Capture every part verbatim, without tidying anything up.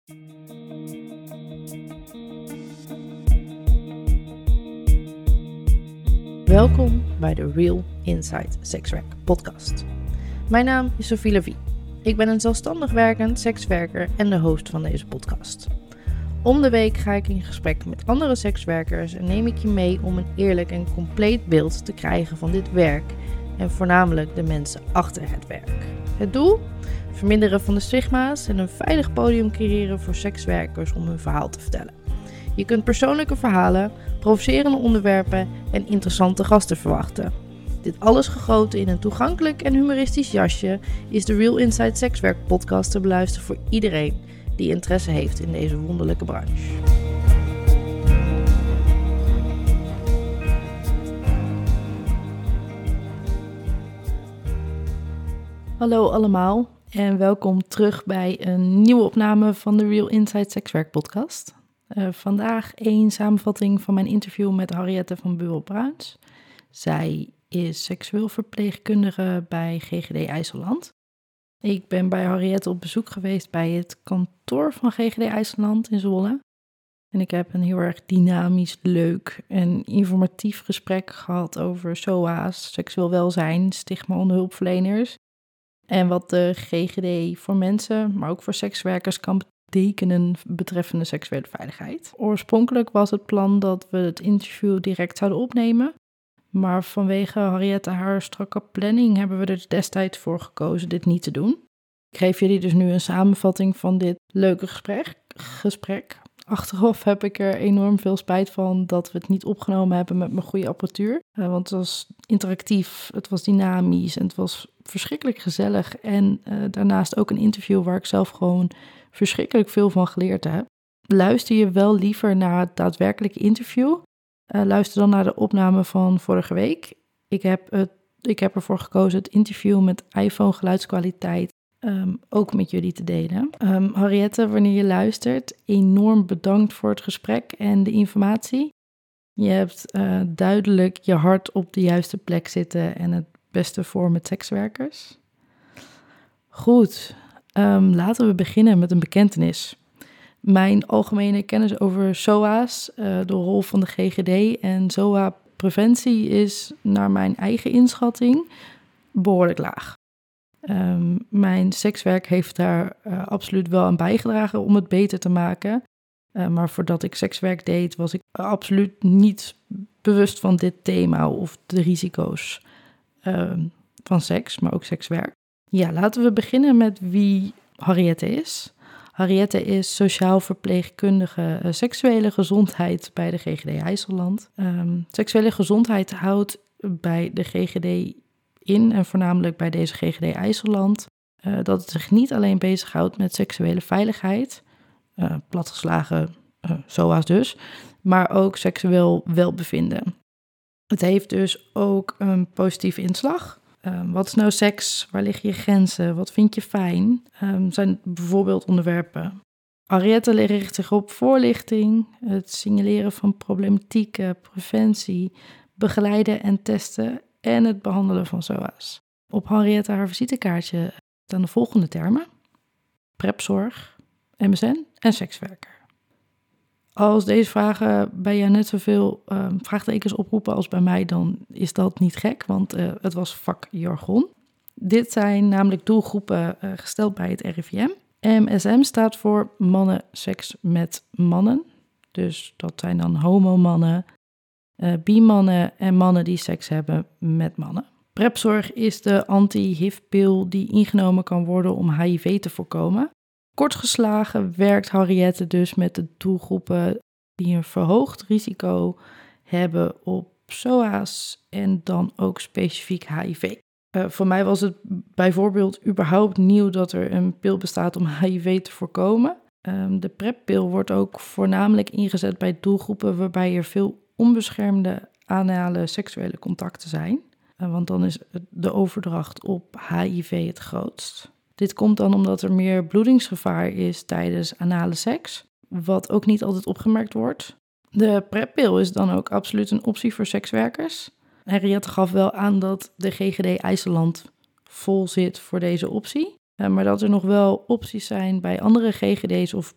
Welkom bij de Real Inside Sekswerk podcast. Mijn naam is Sophie Levy. Ik ben een zelfstandig werkend sekswerker en de host van deze podcast. Om de week ga ik in gesprek met andere sekswerkers en neem ik je mee om een eerlijk en compleet beeld te krijgen van dit werk en voornamelijk de mensen achter het werk. Het doel? Verminderen van de stigma's en een veilig podium creëren voor sekswerkers om hun verhaal te vertellen. Je kunt persoonlijke verhalen, provocerende onderwerpen en interessante gasten verwachten. Dit alles gegoten in een toegankelijk en humoristisch jasje is de Real Inside Sekswerk podcast te beluisteren voor iedereen die interesse heeft in deze wonderlijke branche. Hallo allemaal en welkom terug bij een nieuwe opname van de Real Inside Sekswerk podcast. Uh, vandaag een samenvatting van mijn interview met Henriette van Buwel-Bruins. Zij is seksueel verpleegkundige bij G G D IJsseland. Ik ben bij Henriette op bezoek geweest bij het kantoor van G G D IJsseland in Zwolle. En ik heb een heel erg dynamisch, leuk en informatief gesprek gehad over S O A's, seksueel welzijn, stigma onder hulpverleners. En wat de G G D voor mensen, maar ook voor sekswerkers kan betekenen betreffende seksuele veiligheid. Oorspronkelijk was het plan dat we het interview direct zouden opnemen. Maar vanwege Henriette haar strakke planning hebben we er destijds voor gekozen dit niet te doen. Ik geef jullie dus nu een samenvatting van dit leuke gesprek. gesprek. Achteraf heb ik er enorm veel spijt van dat we het niet opgenomen hebben met mijn goede apparatuur. Uh, want het was interactief, het was dynamisch en het was verschrikkelijk gezellig. En uh, daarnaast ook een interview waar ik zelf gewoon verschrikkelijk veel van geleerd heb. Luister je wel liever naar het daadwerkelijke interview? Uh, luister dan naar de opname van vorige week. Ik heb, het, ik heb ervoor gekozen het interview met iPhone geluidskwaliteit um, ook met jullie te delen. Um, Henriette, wanneer je luistert, enorm bedankt voor het gesprek en de informatie. Je hebt uh, duidelijk je hart op de juiste plek zitten en het beste voor met sekswerkers. Goed, um, laten we beginnen met een bekentenis. Mijn algemene kennis over S O A's, uh, de rol van de G G D en S O A-preventie is naar mijn eigen inschatting behoorlijk laag. Um, mijn sekswerk heeft daar uh, absoluut wel aan bijgedragen om het beter te maken. Uh, maar voordat ik sekswerk deed, was ik absoluut niet bewust van dit thema of de risico's uh, van seks, maar ook sekswerk. Ja, laten we beginnen met wie Henriette is. Henriette is sociaal verpleegkundige uh, seksuele gezondheid bij de G G D IJsseland. Um, seksuele gezondheid houdt bij de G G D in en voornamelijk bij deze G G D IJsseland uh, dat het zich niet alleen bezighoudt met seksuele veiligheid, uh, platgeslagen uh, S O A's dus, maar ook seksueel welbevinden. Het heeft dus ook een positieve inslag. Um, wat is nou seks? Waar liggen je grenzen? Wat vind je fijn? Um, zijn bijvoorbeeld onderwerpen. Henriette richt zich op voorlichting, het signaleren van problematieken, preventie, begeleiden en testen en het behandelen van S O A's. Op Henriette haar visitekaartje staan de volgende termen: prepzorg, M S N en sekswerker. Als deze vragen bij jou net zoveel uh, vraagtekens oproepen als bij mij, dan is dat niet gek, want uh, het was vakjargon. Dit zijn namelijk doelgroepen uh, gesteld bij het R I V M. M S M staat voor mannen seks met mannen. Dus dat zijn dan homomannen, uh, bi-mannen en mannen die seks hebben met mannen. Prepzorg is de anti-H I V-pil die ingenomen kan worden om H I V te voorkomen. Kortgeslagen werkt Henriette dus met de doelgroepen die een verhoogd risico hebben op S O A's en dan ook specifiek H I V. Uh, voor mij was het bijvoorbeeld überhaupt nieuw dat er een pil bestaat om H I V te voorkomen. Um, de PrEP-pil wordt ook voornamelijk ingezet bij doelgroepen waarbij er veel onbeschermde anale seksuele contacten zijn. Uh, want dan is de overdracht op H I V het grootst. Dit komt dan omdat er meer bloedingsgevaar is tijdens anale seks, wat ook niet altijd opgemerkt wordt. De PrEP-pil is dan ook absoluut een optie voor sekswerkers. Henriette gaf wel aan dat de G G D IJsseland vol zit voor deze optie. Uh, maar dat er nog wel opties zijn bij andere G G D's of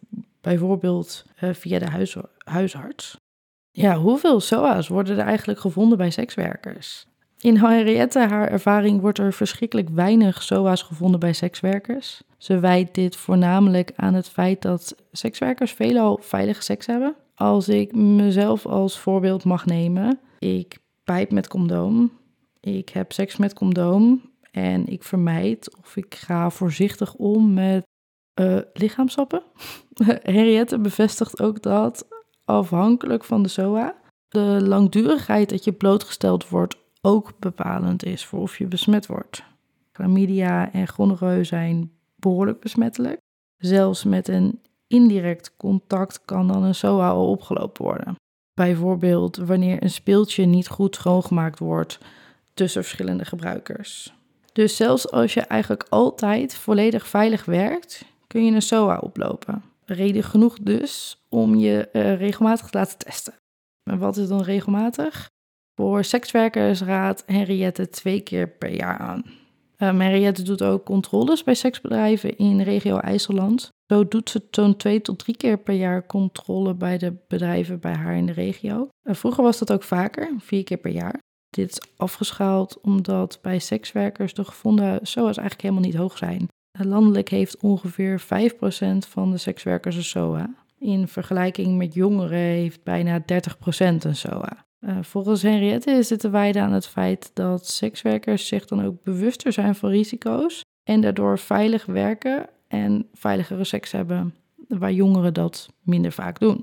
bijvoorbeeld uh, via de huis, huisarts. Ja, hoeveel S O A's worden er eigenlijk gevonden bij sekswerkers? In Henriette haar ervaring wordt er verschrikkelijk weinig S O A's gevonden bij sekswerkers. Ze wijt dit voornamelijk aan het feit dat sekswerkers veelal veilige seks hebben. Als ik mezelf als voorbeeld mag nemen, ik pijp met condoom, ik heb seks met condoom en ik vermijd of ik ga voorzichtig om met uh, lichaamsappen. Henriette bevestigt ook dat afhankelijk van de S O A de langdurigheid dat je blootgesteld wordt ook bepalend is voor of je besmet wordt. Chlamydia en gonorreu zijn behoorlijk besmettelijk. Zelfs met een indirect contact kan dan een S O A al opgelopen worden. Bijvoorbeeld wanneer een speeltje niet goed schoongemaakt wordt tussen verschillende gebruikers. Dus zelfs als je eigenlijk altijd volledig veilig werkt, kun je een S O A oplopen. Reden genoeg dus om je uh, regelmatig te laten testen. En wat is dan regelmatig? Voor sekswerkers raadt Henriette twee keer per jaar aan. Um, Henriette doet ook controles bij seksbedrijven in regio IJsseland. Zo doet ze zo'n twee tot drie keer per jaar controle bij de bedrijven bij haar in de regio. Uh, vroeger was dat ook vaker, vier keer per jaar. Dit is afgeschaald omdat bij sekswerkers de gevonden S O A's eigenlijk helemaal niet hoog zijn. Landelijk heeft ongeveer vijf procent van de sekswerkers een S O A. In vergelijking met jongeren heeft bijna dertig procent een S O A. Uh, volgens Henriette is dit te wijten aan het feit dat sekswerkers zich dan ook bewuster zijn van risico's en daardoor veilig werken en veiligere seks hebben, waar jongeren dat minder vaak doen.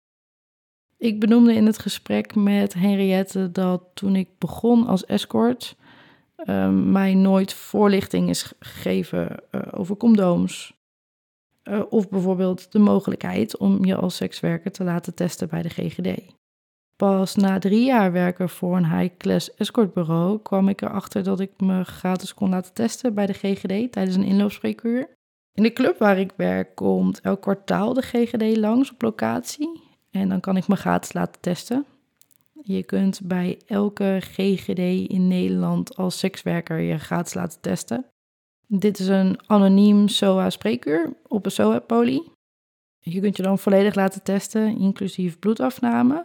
Ik benoemde in het gesprek met Henriette dat toen ik begon als escort uh, mij nooit voorlichting is gegeven uh, over condooms. Uh, of bijvoorbeeld de mogelijkheid om je als sekswerker te laten testen bij de G G D. Pas na drie jaar werken voor een high-class escortbureau kwam ik erachter dat ik me gratis kon laten testen bij de G G D tijdens een inloopspreekuur. In de club waar ik werk komt elk kwartaal de G G D langs op locatie en dan kan ik me gratis laten testen. Je kunt bij elke G G D in Nederland als sekswerker je gratis laten testen. Dit is een anoniem S O A-spreekuur op een S O A-poli. Je kunt je dan volledig laten testen, inclusief bloedafname.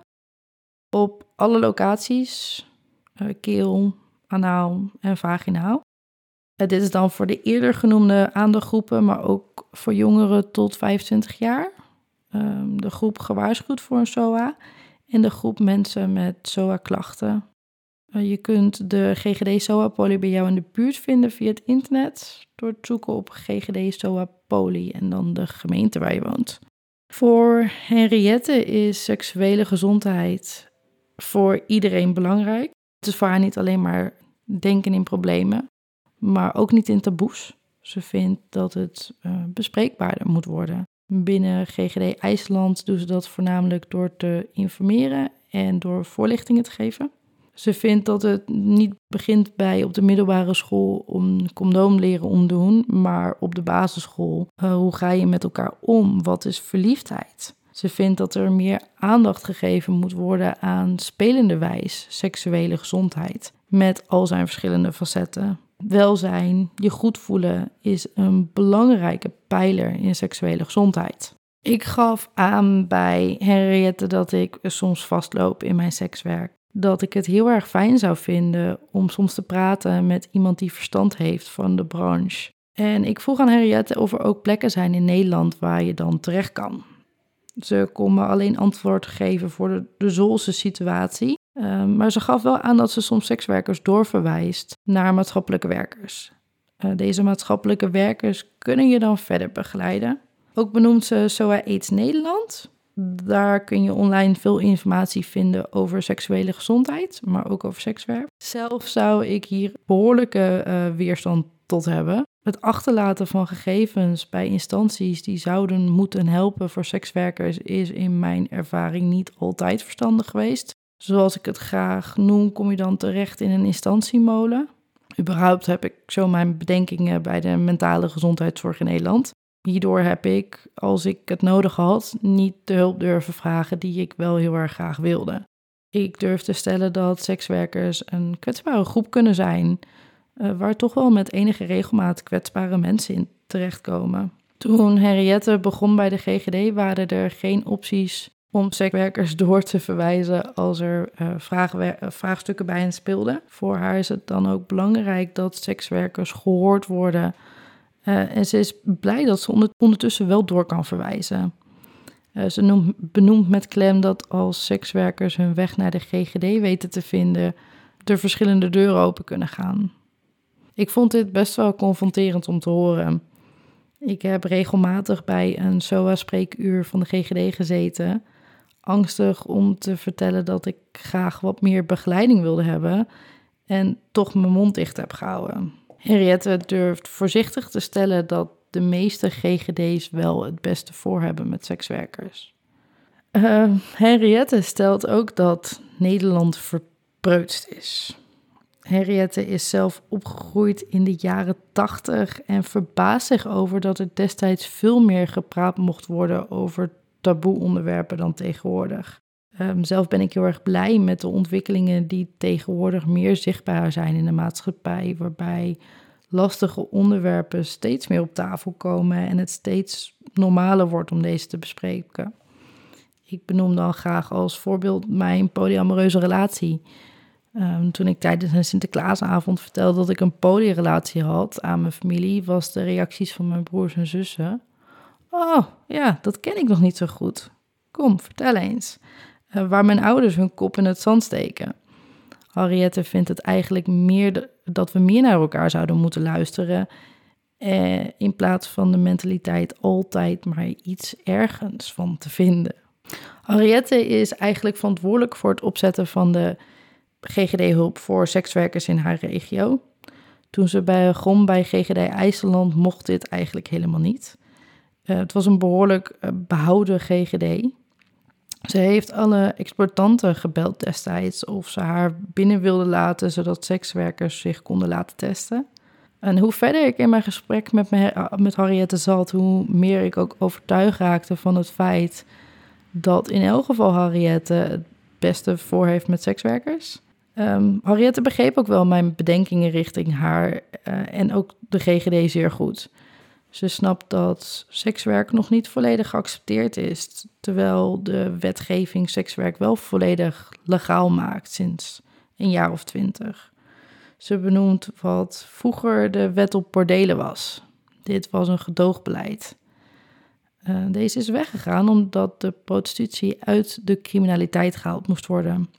Op alle locaties, uh, keel, anaal en vaginaal. Uh, dit is dan voor de eerder genoemde aandachtgroepen, maar ook voor jongeren tot vijfentwintig jaar. Uh, de groep gewaarschuwd voor een S O A en de groep mensen met S O A-klachten. Uh, je kunt de G G D S O A-poli bij jou in de buurt vinden via het internet door te zoeken op G G D S O A-poli en dan de gemeente waar je woont. Voor Henriette is seksuele gezondheid voor iedereen belangrijk. Het is voor haar niet alleen maar denken in problemen, maar ook niet in taboes. Ze vindt dat het uh, bespreekbaarder moet worden. Binnen G G D IJsland doen ze dat voornamelijk door te informeren en door voorlichtingen te geven. Ze vindt dat het niet begint bij op de middelbare school om condoom leren omdoen, maar op de basisschool. Uh, hoe ga je met elkaar om? Wat is verliefdheid? Ze vindt dat er meer aandacht gegeven moet worden aan spelenderwijs seksuele gezondheid, met al zijn verschillende facetten. Welzijn, je goed voelen is een belangrijke pijler in seksuele gezondheid. Ik gaf aan bij Henriette dat ik soms vastloop in mijn sekswerk. Dat ik het heel erg fijn zou vinden om soms te praten met iemand die verstand heeft van de branche. En ik vroeg aan Henriette of er ook plekken zijn in Nederland waar je dan terecht kan. Ze kon me alleen antwoord geven voor de, de Zoolse situatie. Uh, maar ze gaf wel aan dat ze soms sekswerkers doorverwijst naar maatschappelijke werkers. Uh, deze maatschappelijke werkers kunnen je dan verder begeleiden. Ook benoemt ze S O A AIDS Nederland. Daar kun je online veel informatie vinden over seksuele gezondheid, maar ook over sekswerk. Zelf zou ik hier behoorlijke uh, weerstand tot hebben. Het achterlaten van gegevens bij instanties die zouden moeten helpen voor sekswerkers is in mijn ervaring niet altijd verstandig geweest. Zoals ik het graag noem, kom je dan terecht in een instantiemolen. Überhaupt heb ik zo mijn bedenkingen bij de mentale gezondheidszorg in Nederland. Hierdoor heb ik, als ik het nodig had, niet de hulp durven vragen die ik wel heel erg graag wilde. Ik durf te stellen dat sekswerkers een kwetsbare groep kunnen zijn, uh, waar toch wel met enige regelmaat kwetsbare mensen in terechtkomen. Toen Henriette begon bij de G G D waren er geen opties om sekswerkers door te verwijzen als er uh, vragen, vraagstukken bij hen speelden. Voor haar is het dan ook belangrijk dat sekswerkers gehoord worden. Uh, en ze is blij dat ze ondertussen wel door kan verwijzen. Uh, ze noemt, benoemt met klem dat als sekswerkers hun weg naar de G G D weten te vinden, er verschillende deuren open kunnen gaan. Ik vond dit best wel confronterend om te horen. Ik heb regelmatig bij een S O A-spreekuur van de G G D gezeten, angstig om te vertellen dat ik graag wat meer begeleiding wilde hebben en toch mijn mond dicht heb gehouden. Henriette durft voorzichtig te stellen dat de meeste G G D's wel het beste voor hebben met sekswerkers. Uh, Henriette stelt ook dat Nederland verpreutst is. Henriette is zelf opgegroeid in de jaren tachtig en verbaast zich over dat er destijds veel meer gepraat mocht worden over taboe onderwerpen dan tegenwoordig. Um, zelf ben ik heel erg blij met de ontwikkelingen die tegenwoordig meer zichtbaar zijn in de maatschappij, waarbij lastige onderwerpen steeds meer op tafel komen en het steeds normaler wordt om deze te bespreken. Ik benoem dan graag als voorbeeld mijn polyamoreuze relatie. Um, toen ik tijdens een Sinterklaasavond vertelde dat ik een polyrelatie had aan mijn familie, was de reacties van mijn broers en zussen: oh, ja, dat ken ik nog niet zo goed. Kom, vertel eens. Uh, waar mijn ouders hun kop in het zand steken. Henriette vindt het eigenlijk meer de, dat we meer naar elkaar zouden moeten luisteren, eh, in plaats van de mentaliteit altijd maar iets ergens van te vinden. Henriette is eigenlijk verantwoordelijk voor het opzetten van de G G D-hulp voor sekswerkers in haar regio. Toen ze begon bij G G D IJsseland mocht dit eigenlijk helemaal niet. Uh, het was een behoorlijk uh, behouden G G D. Ze heeft alle exploitanten gebeld destijds of ze haar binnen wilden laten, zodat sekswerkers zich konden laten testen. En hoe verder ik in mijn gesprek met, me, met Henriette zat, hoe meer ik ook overtuigd raakte van het feit dat in elk geval Henriette het beste voor heeft met sekswerkers. Um, Henriette begreep ook wel mijn bedenkingen richting haar uh, en ook de G G D zeer goed. Ze snapt dat sekswerk nog niet volledig geaccepteerd is, terwijl de wetgeving sekswerk wel volledig legaal maakt sinds een jaar of twintig. Ze benoemt wat vroeger de wet op bordelen was. Dit was een gedoogbeleid. Uh, deze is weggegaan omdat de prostitutie uit de criminaliteit gehaald moest worden.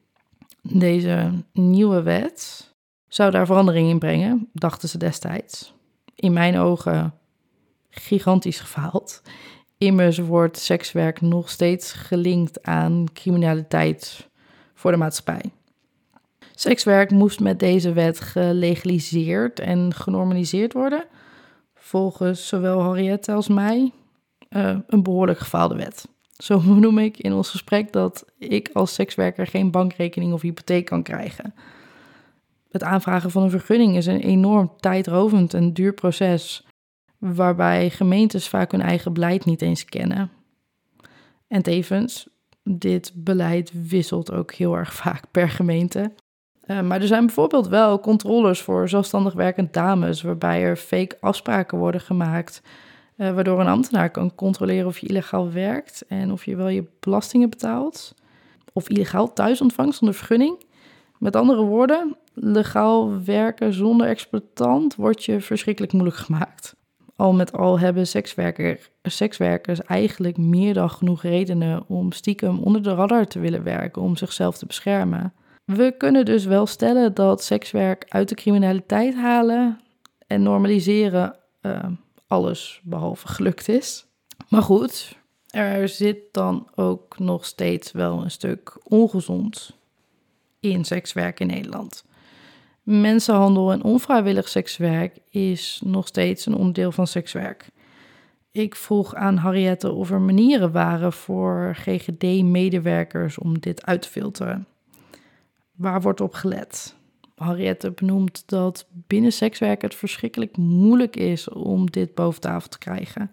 Deze nieuwe wet zou daar verandering in brengen, dachten ze destijds. In mijn ogen gigantisch gefaald. Immers wordt sekswerk nog steeds gelinkt aan criminaliteit voor de maatschappij. Sekswerk moest met deze wet gelegaliseerd en genormaliseerd worden. Volgens zowel Henriette als mij uh, een behoorlijk gefaalde wet. Zo noem ik in ons gesprek dat ik als sekswerker geen bankrekening of hypotheek kan krijgen. Het aanvragen van een vergunning is een enorm tijdrovend en duur proces, waarbij gemeentes vaak hun eigen beleid niet eens kennen. En tevens, dit beleid wisselt ook heel erg vaak per gemeente. Uh, maar er zijn bijvoorbeeld wel controles voor zelfstandig werkend dames, waarbij er fake afspraken worden gemaakt, uh, waardoor een ambtenaar kan controleren of je illegaal werkt en of je wel je belastingen betaalt, of illegaal thuis ontvangt zonder vergunning. Met andere woorden, legaal werken zonder exploitant wordt je verschrikkelijk moeilijk gemaakt. Al met al hebben sekswerker, sekswerkers eigenlijk meer dan genoeg redenen om stiekem onder de radar te willen werken, om zichzelf te beschermen. We kunnen dus wel stellen dat sekswerk uit de criminaliteit halen en normaliseren uh, alles behalve gelukt is. Maar goed, er zit dan ook nog steeds wel een stuk ongezond in sekswerk in Nederland. Mensenhandel en onvrijwillig sekswerk is nog steeds een onderdeel van sekswerk. Ik vroeg aan Henriette of er manieren waren voor G G D-medewerkers om dit uit te filteren. Waar wordt op gelet? Henriette benoemt dat binnen sekswerk het verschrikkelijk moeilijk is om dit boven tafel te krijgen.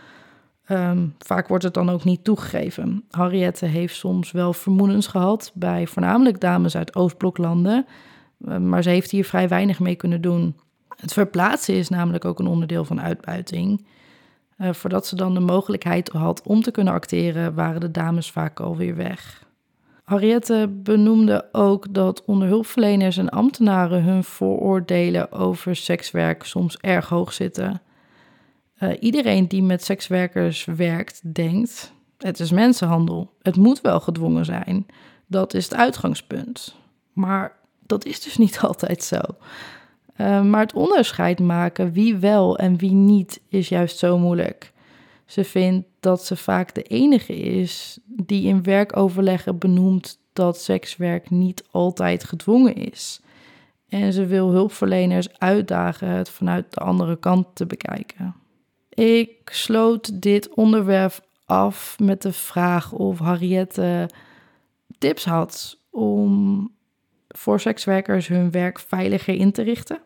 Um, vaak wordt het dan ook niet toegegeven. Henriette heeft soms wel vermoedens gehad bij voornamelijk dames uit Oostbloklanden, maar ze heeft hier vrij weinig mee kunnen doen. Het verplaatsen is namelijk ook een onderdeel van uitbuiting. Uh, voordat ze dan de mogelijkheid had om te kunnen acteren, waren de dames vaak alweer weg. Henriette benoemde ook dat onder hulpverleners en ambtenaren hun vooroordelen over sekswerk soms erg hoog zitten. Uh, iedereen die met sekswerkers werkt, denkt: het is mensenhandel, het moet wel gedwongen zijn. Dat is het uitgangspunt. Maar dat is dus niet altijd zo. Uh, maar het onderscheid maken wie wel en wie niet is juist zo moeilijk. Ze vindt dat ze vaak de enige is die in werkoverleggen benoemt dat sekswerk niet altijd gedwongen is. En ze wil hulpverleners uitdagen het vanuit de andere kant te bekijken. Ik sloot dit onderwerp af met de vraag of Henriette tips had om voor sekswerkers hun werk veiliger in te richten.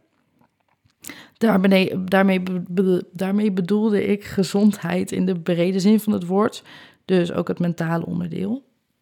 Daarmee, daarmee, daarmee bedoelde ik gezondheid in de brede zin van het woord, dus ook het mentale onderdeel.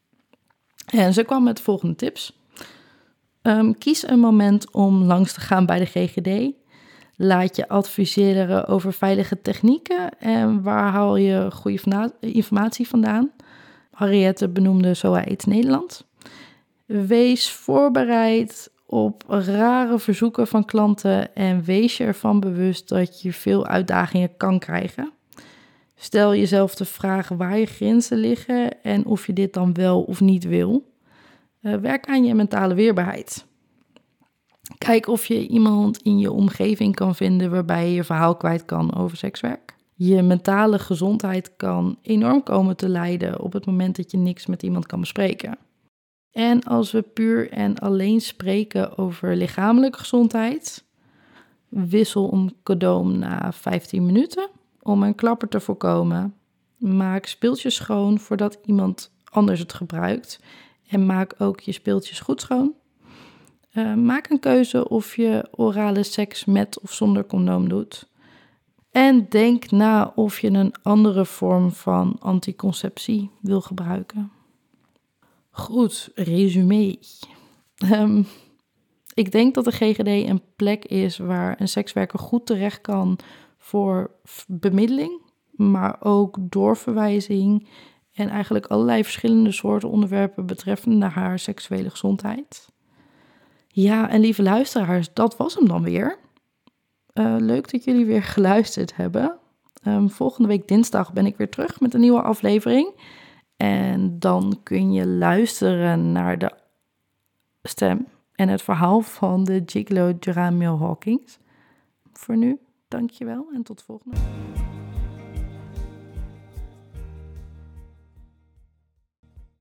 En ze kwam met de volgende tips. Um, kies een moment om langs te gaan bij de G G D. Laat je adviseren over veilige technieken en waar haal je goede informatie vandaan. Henriette benoemde SOA-AIDS Nederland. Wees voorbereid op rare verzoeken van klanten en wees je ervan bewust dat je veel uitdagingen kan krijgen. Stel jezelf de vraag waar je grenzen liggen en of je dit dan wel of niet wil. Uh, werk aan je mentale weerbaarheid. Kijk of je iemand in je omgeving kan vinden waarbij je je verhaal kwijt kan over sekswerk. Je mentale gezondheid kan enorm komen te lijden op het moment dat je niks met iemand kan bespreken. En als we puur en alleen spreken over lichamelijke gezondheid, wissel een condoom na vijftien minuten om een klapper te voorkomen. Maak speeltjes schoon voordat iemand anders het gebruikt en maak ook je speeltjes goed schoon. Uh, maak een keuze of je orale seks met of zonder condoom doet. En denk na of je een andere vorm van anticonceptie wil gebruiken. Goed, resume. Um, ik denk dat de G G D een plek is waar een sekswerker goed terecht kan voor bemiddeling, maar ook doorverwijzing en eigenlijk allerlei verschillende soorten onderwerpen betreffende haar seksuele gezondheid. Ja, en lieve luisteraars, dat was hem dan weer. Uh, leuk dat jullie weer geluisterd hebben. Um, volgende week dinsdag ben ik weer terug met een nieuwe aflevering. En dan kun je luisteren naar de stem en het verhaal van de gigolo Jeramiel Hawkins. Voor nu, dankjewel en tot volgende week.